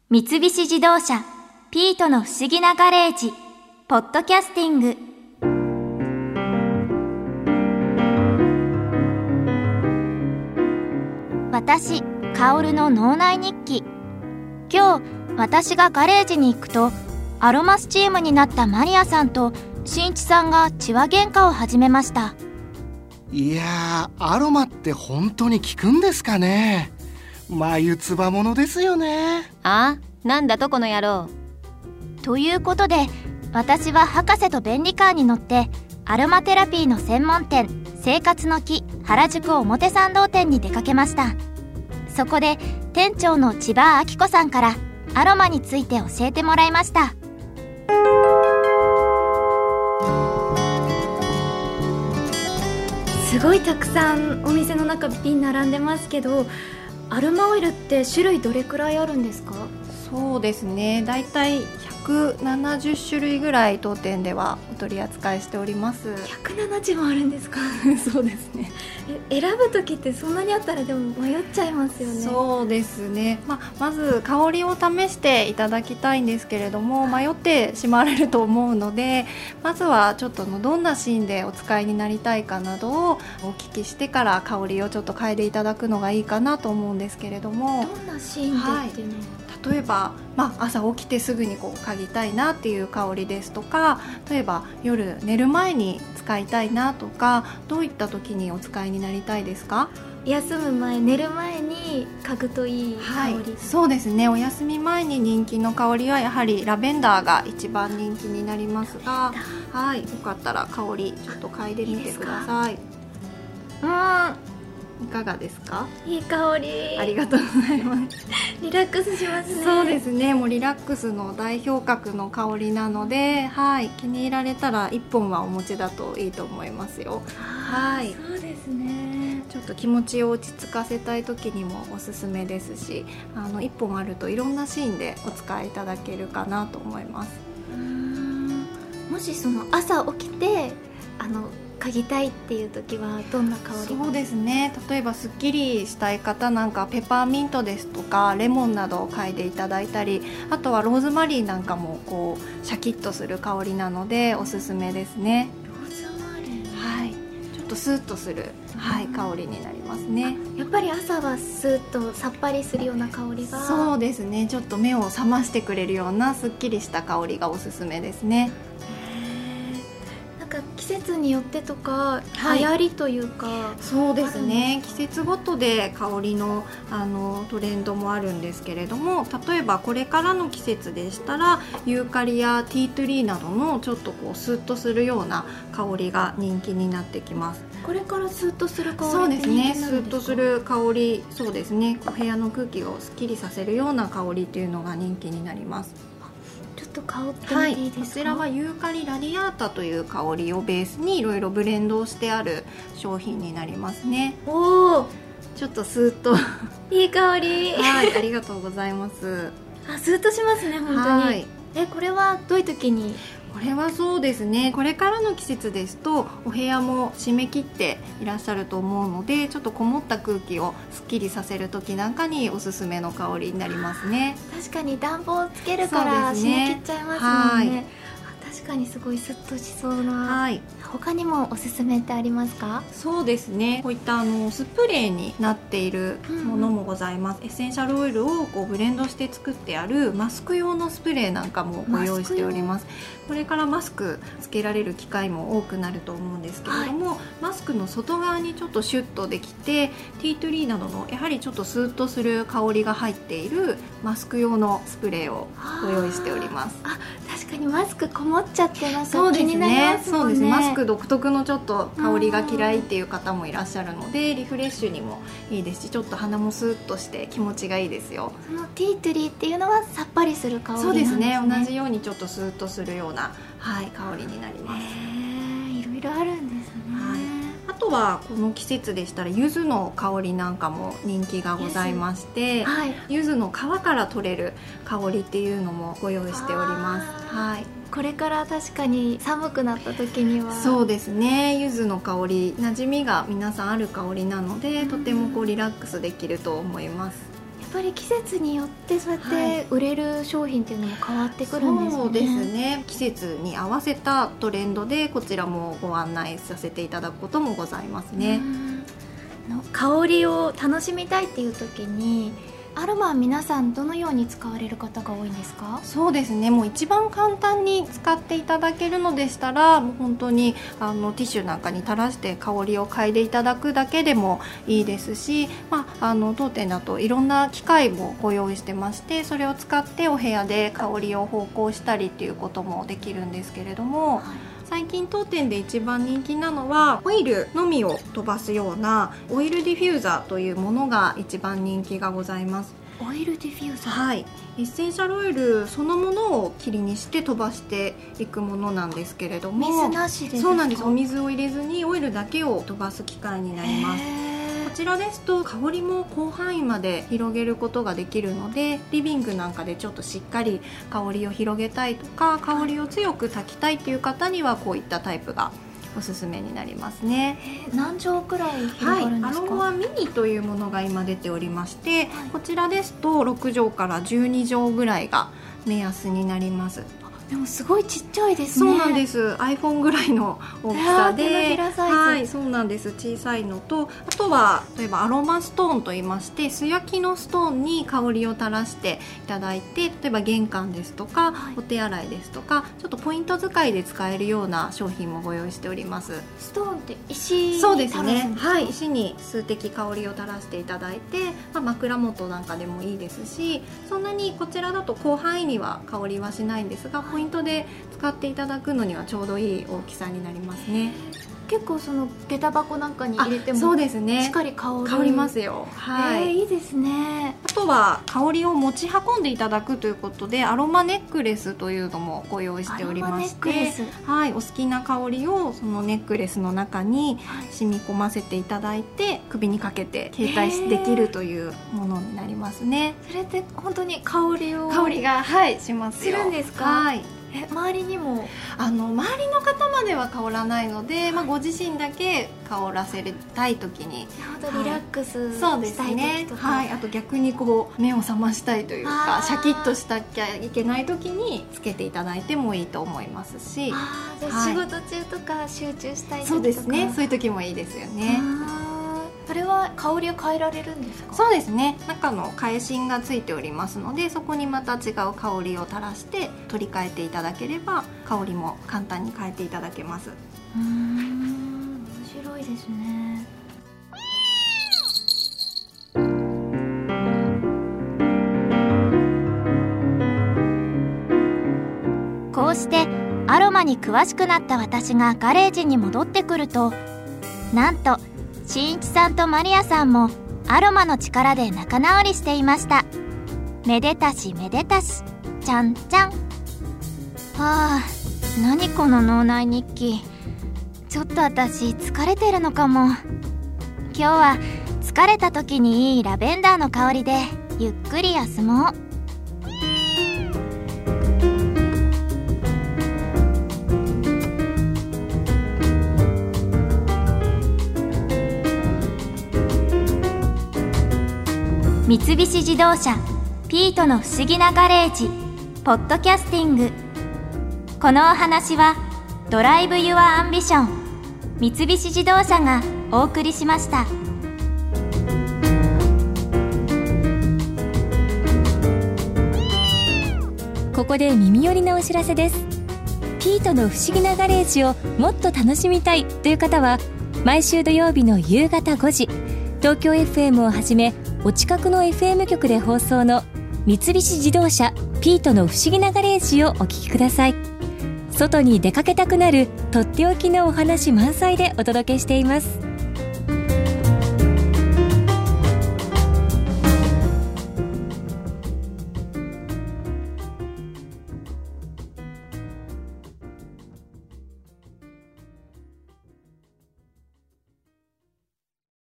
三菱自動車ピートの不思議なガレージポッドキャスティング。私カオルの脳内日記。今日私がガレージに行くとアロマスチームになったマリアさんと新一さんが痴話喧嘩を始めました。 いやー、アロマって本当に効くんですかね。眉唾者ですよね。 あ、なんだとこの野郎。 ということで私は博士と便利カーに乗ってアロマテラピーの専門店生活の木原宿表参道店に出かけました。そこで店長の千葉明子さんからアロマについて教えてもらいました。 すごいたくさんお店の中瓶並んでますけど、アロマオイルって種類どれくらいあるんですか？ そうですね、だいたい170種類ぐらい当店ではお取り扱いしております。 170もあるんですか？ そうですね。 選ぶ時ってそんなにあったらでも迷っちゃいますよね。 そうですね、まず香りを試していただきたいんですけれども、迷ってしまわれると思うので、まずはちょっとどんなシーンでお使いになりたいかなどをお聞きしてから香りをちょっと嗅いでいただくのがいいかなと思うんですけれども。 どんなシーンでっていうのは、 例えば、朝起きてすぐに嗅ぎたいなっていう香りですとか、例えば夜寝る前に使いたいなとか、どういった時にお使いになりたいですか？ 休む前、寝る前に嗅ぐといい香り、 そうですね。お休み前に人気の香りはやはりラベンダーが一番人気になりますが、よかったら香りちょっと嗅いでみてください。いかがですか？ いい香り。 ありがとうございます。 リラックスしますね。 そうですね、もうリラックスの代表格の香りなので、気に入られたら1本はお持ちだといいと思いますよ。 そうですね。 ちょっと気持ちを落ち着かせたい時にもおすすめですし、1本あるといろんなシーンでお使いいただけるかなと思います。 もしその朝起きて嗅ぎたいっていう時はどんな香りが？ そうですね、例えばすっきりしたい方なんかペパーミントですとかレモンなどを嗅いでいただいたり、あとはローズマリーなんかもシャキッとする香りなのでおすすめですね。 ローズマリー、 ちょっとスーッとする、香りになりますね。 やっぱり朝はスーッとさっぱりするような香りが。 そうですね、ちょっと目を覚ましてくれるようなすっきりした香りがおすすめですね。 季節によってとか、流行りというか。 そうですね、季節ごとで香りの、トレンドもあるんですけれども、例えばこれからの季節でしたらユーカリやティートリーなどのちょっとスーッとするような香りが人気になってきます。 これからスーッとする香り。 そうですね、スーッとする香り、そうですね、部屋の空気をすっきりさせるような香りというのが人気になります。 ちょっと香ってみていいですか？ こちらはユーカリラディアータという香りをベースにいろいろブレンドをしてある商品になりますね。 おー、 ちょっとスーッといい香り。 ありがとうございます。 スーッとしますね、本当に。これはどういう時に？ これはそうですね、これからの季節ですとお部屋も締め切っていらっしゃると思うので、ちょっとこもった空気をすっきりさせる時なんかにおすすめの香りになりますね。 確かに暖房つけるから締め切っちゃいますもんね。確かにすごいスッとしそうな。他にもおすすめってありますか？ そうですね、こういったスプレーになっているものもございます。エッセンシャルオイルをブレンドして作ってあるマスク用のスプレーなんかもご用意しております。これからマスクつけられる機会も多くなると思うんですけれども、マスクの外側にちょっとシュッとできてティートリーなどのやはりちょっとスーッとする香りが入っているマスク用のスプレーをご用意しております。 確かにマスクこもっちゃってなんか気になりますもんね。 そうですね、マスク独特のちょっと香りが嫌いっていう方もいらっしゃるので、リフレッシュにもいいですし、ちょっと鼻もスーッとして気持ちがいいですよ。 そのティートリーっていうのはさっぱりする香りなんですね。 そうですね、同じようにちょっとスーッとするような、香りになります。 いろいろあるんですね。 あとはこの季節でしたら柚子の香りなんかも人気がございまして、柚子の皮から取れる香りっていうのもご用意しております。 これから確かに寒くなった時には。 そうですね、柚子の香り馴染みが皆さんある香りなので、とてもリラックスできると思います。 やっぱり季節によってそうやって売れる商品っていうのも変わってくるんですね。 そうですね、季節に合わせたトレンドでこちらもご案内させていただくこともございますね。 香りを楽しみたいっていう時にアロマは皆さんどのように使われる方が多いんですか？ そうですね、もう一番簡単に使っていただけるのでしたら、もう本当にティッシュなんかに垂らして香りを嗅いでいただくだけでもいいですし、当店だといろんな機械もご用意してまして、それを使ってお部屋で香りを芳香したりっていうこともできるんですけれども、最近当店で一番人気なのはオイルのみを飛ばすようなオイルディフューザーというものが一番人気がございます。 オイルディフューザー、 はい、エッセンシャルオイルそのものを霧にして飛ばしていくものなんですけれども、 水なしですか？ そうなんです。お水を入れずにオイルだけを飛ばす機械になります。こちらですと香りも広範囲まで広げることができるので、リビングなんかでちょっとしっかり香りを広げたいとか、香りを強く炊きたいという方にはこういったタイプがおすすめになりますね。 何錠くらい広がるんですか？ アロマミニというものが今出ておりまして、こちらですと6錠から12錠ぐらいが目安になります。 でもすごいちっちゃいですね。 そうなんです。 iPhone ぐらいの大きさで、 手のひらサイズ、 はい、そうなんです。小さいのと、あとは例えばアロマストーンといいまして、素焼きのストーンに香りを垂らしていただいて、例えば玄関ですとか、お手洗いですとか、ちょっとポイント使いで使えるような商品もご用意しております。 ストーンって石にそうです垂らすんですか？ ね、はい、石に数滴香りを垂らしていただいて、枕元なんかでもいいですし、そんなにこちらだと広範囲には香りはしないんですが、ポイントで使っていただくのにはちょうどいい大きさになりますね。 結構その下駄箱なんかに入れてもそうですね、 しっかり香りますよ。はい、 いいですね。 あとは香りを持ち運んでいただくということで、アロマネックレスというのもご用意しておりまして、はい、お好きな香りをそのネックレスの中に染み込ませていただいて、首にかけて携帯できるというものになりますね。 それって本当に香りが、はい、しますよ。 するんですか？ はい、 周りにも周りの方までは香らないので、ご自身だけ香らせたい時に、 リラックスそうでしたいすね、 時とか、 はい、あと逆にこう目を覚ましたいというか、シャキッとしたきゃいけない時につけていただいてもいいと思いますし、 じゃあ仕事中とか集中したい時とか、 そうですね、そういう時もいいですよね。 それは香りを変えられるんですか？ そうですね、中の返し印がついておりますので、そこにまた違う香りを垂らして取り替えていただければ、香りも簡単に変えていただけます。 面白いですね。 こうしてアロマに詳しくなった私がガレージに戻ってくると、なんとしんいちさんとマリアさんもアロマの力で仲直りしていました。めでたしめでたし、ちゃんちゃん。はあ、何この脳内日記。ちょっと私疲れてるのかも。今日は疲れた時にいいラベンダーの香りでゆっくり休もう。三菱自動車ピートの不思議なガレージポッドキャスティング。このお話はドライブ・ユア・アンビション三菱自動車がお送りしました。 ここで耳寄りなお知らせです。ピートの不思議なガレージをもっと楽しみたいという方は、毎週土曜日の夕方5時、東京 FM をはじめお近くの FM 局で放送の三菱自動車ピートの不思議なガレージをお聞きください。外に出かけたくなるとっておきのお話満載でお届けしています。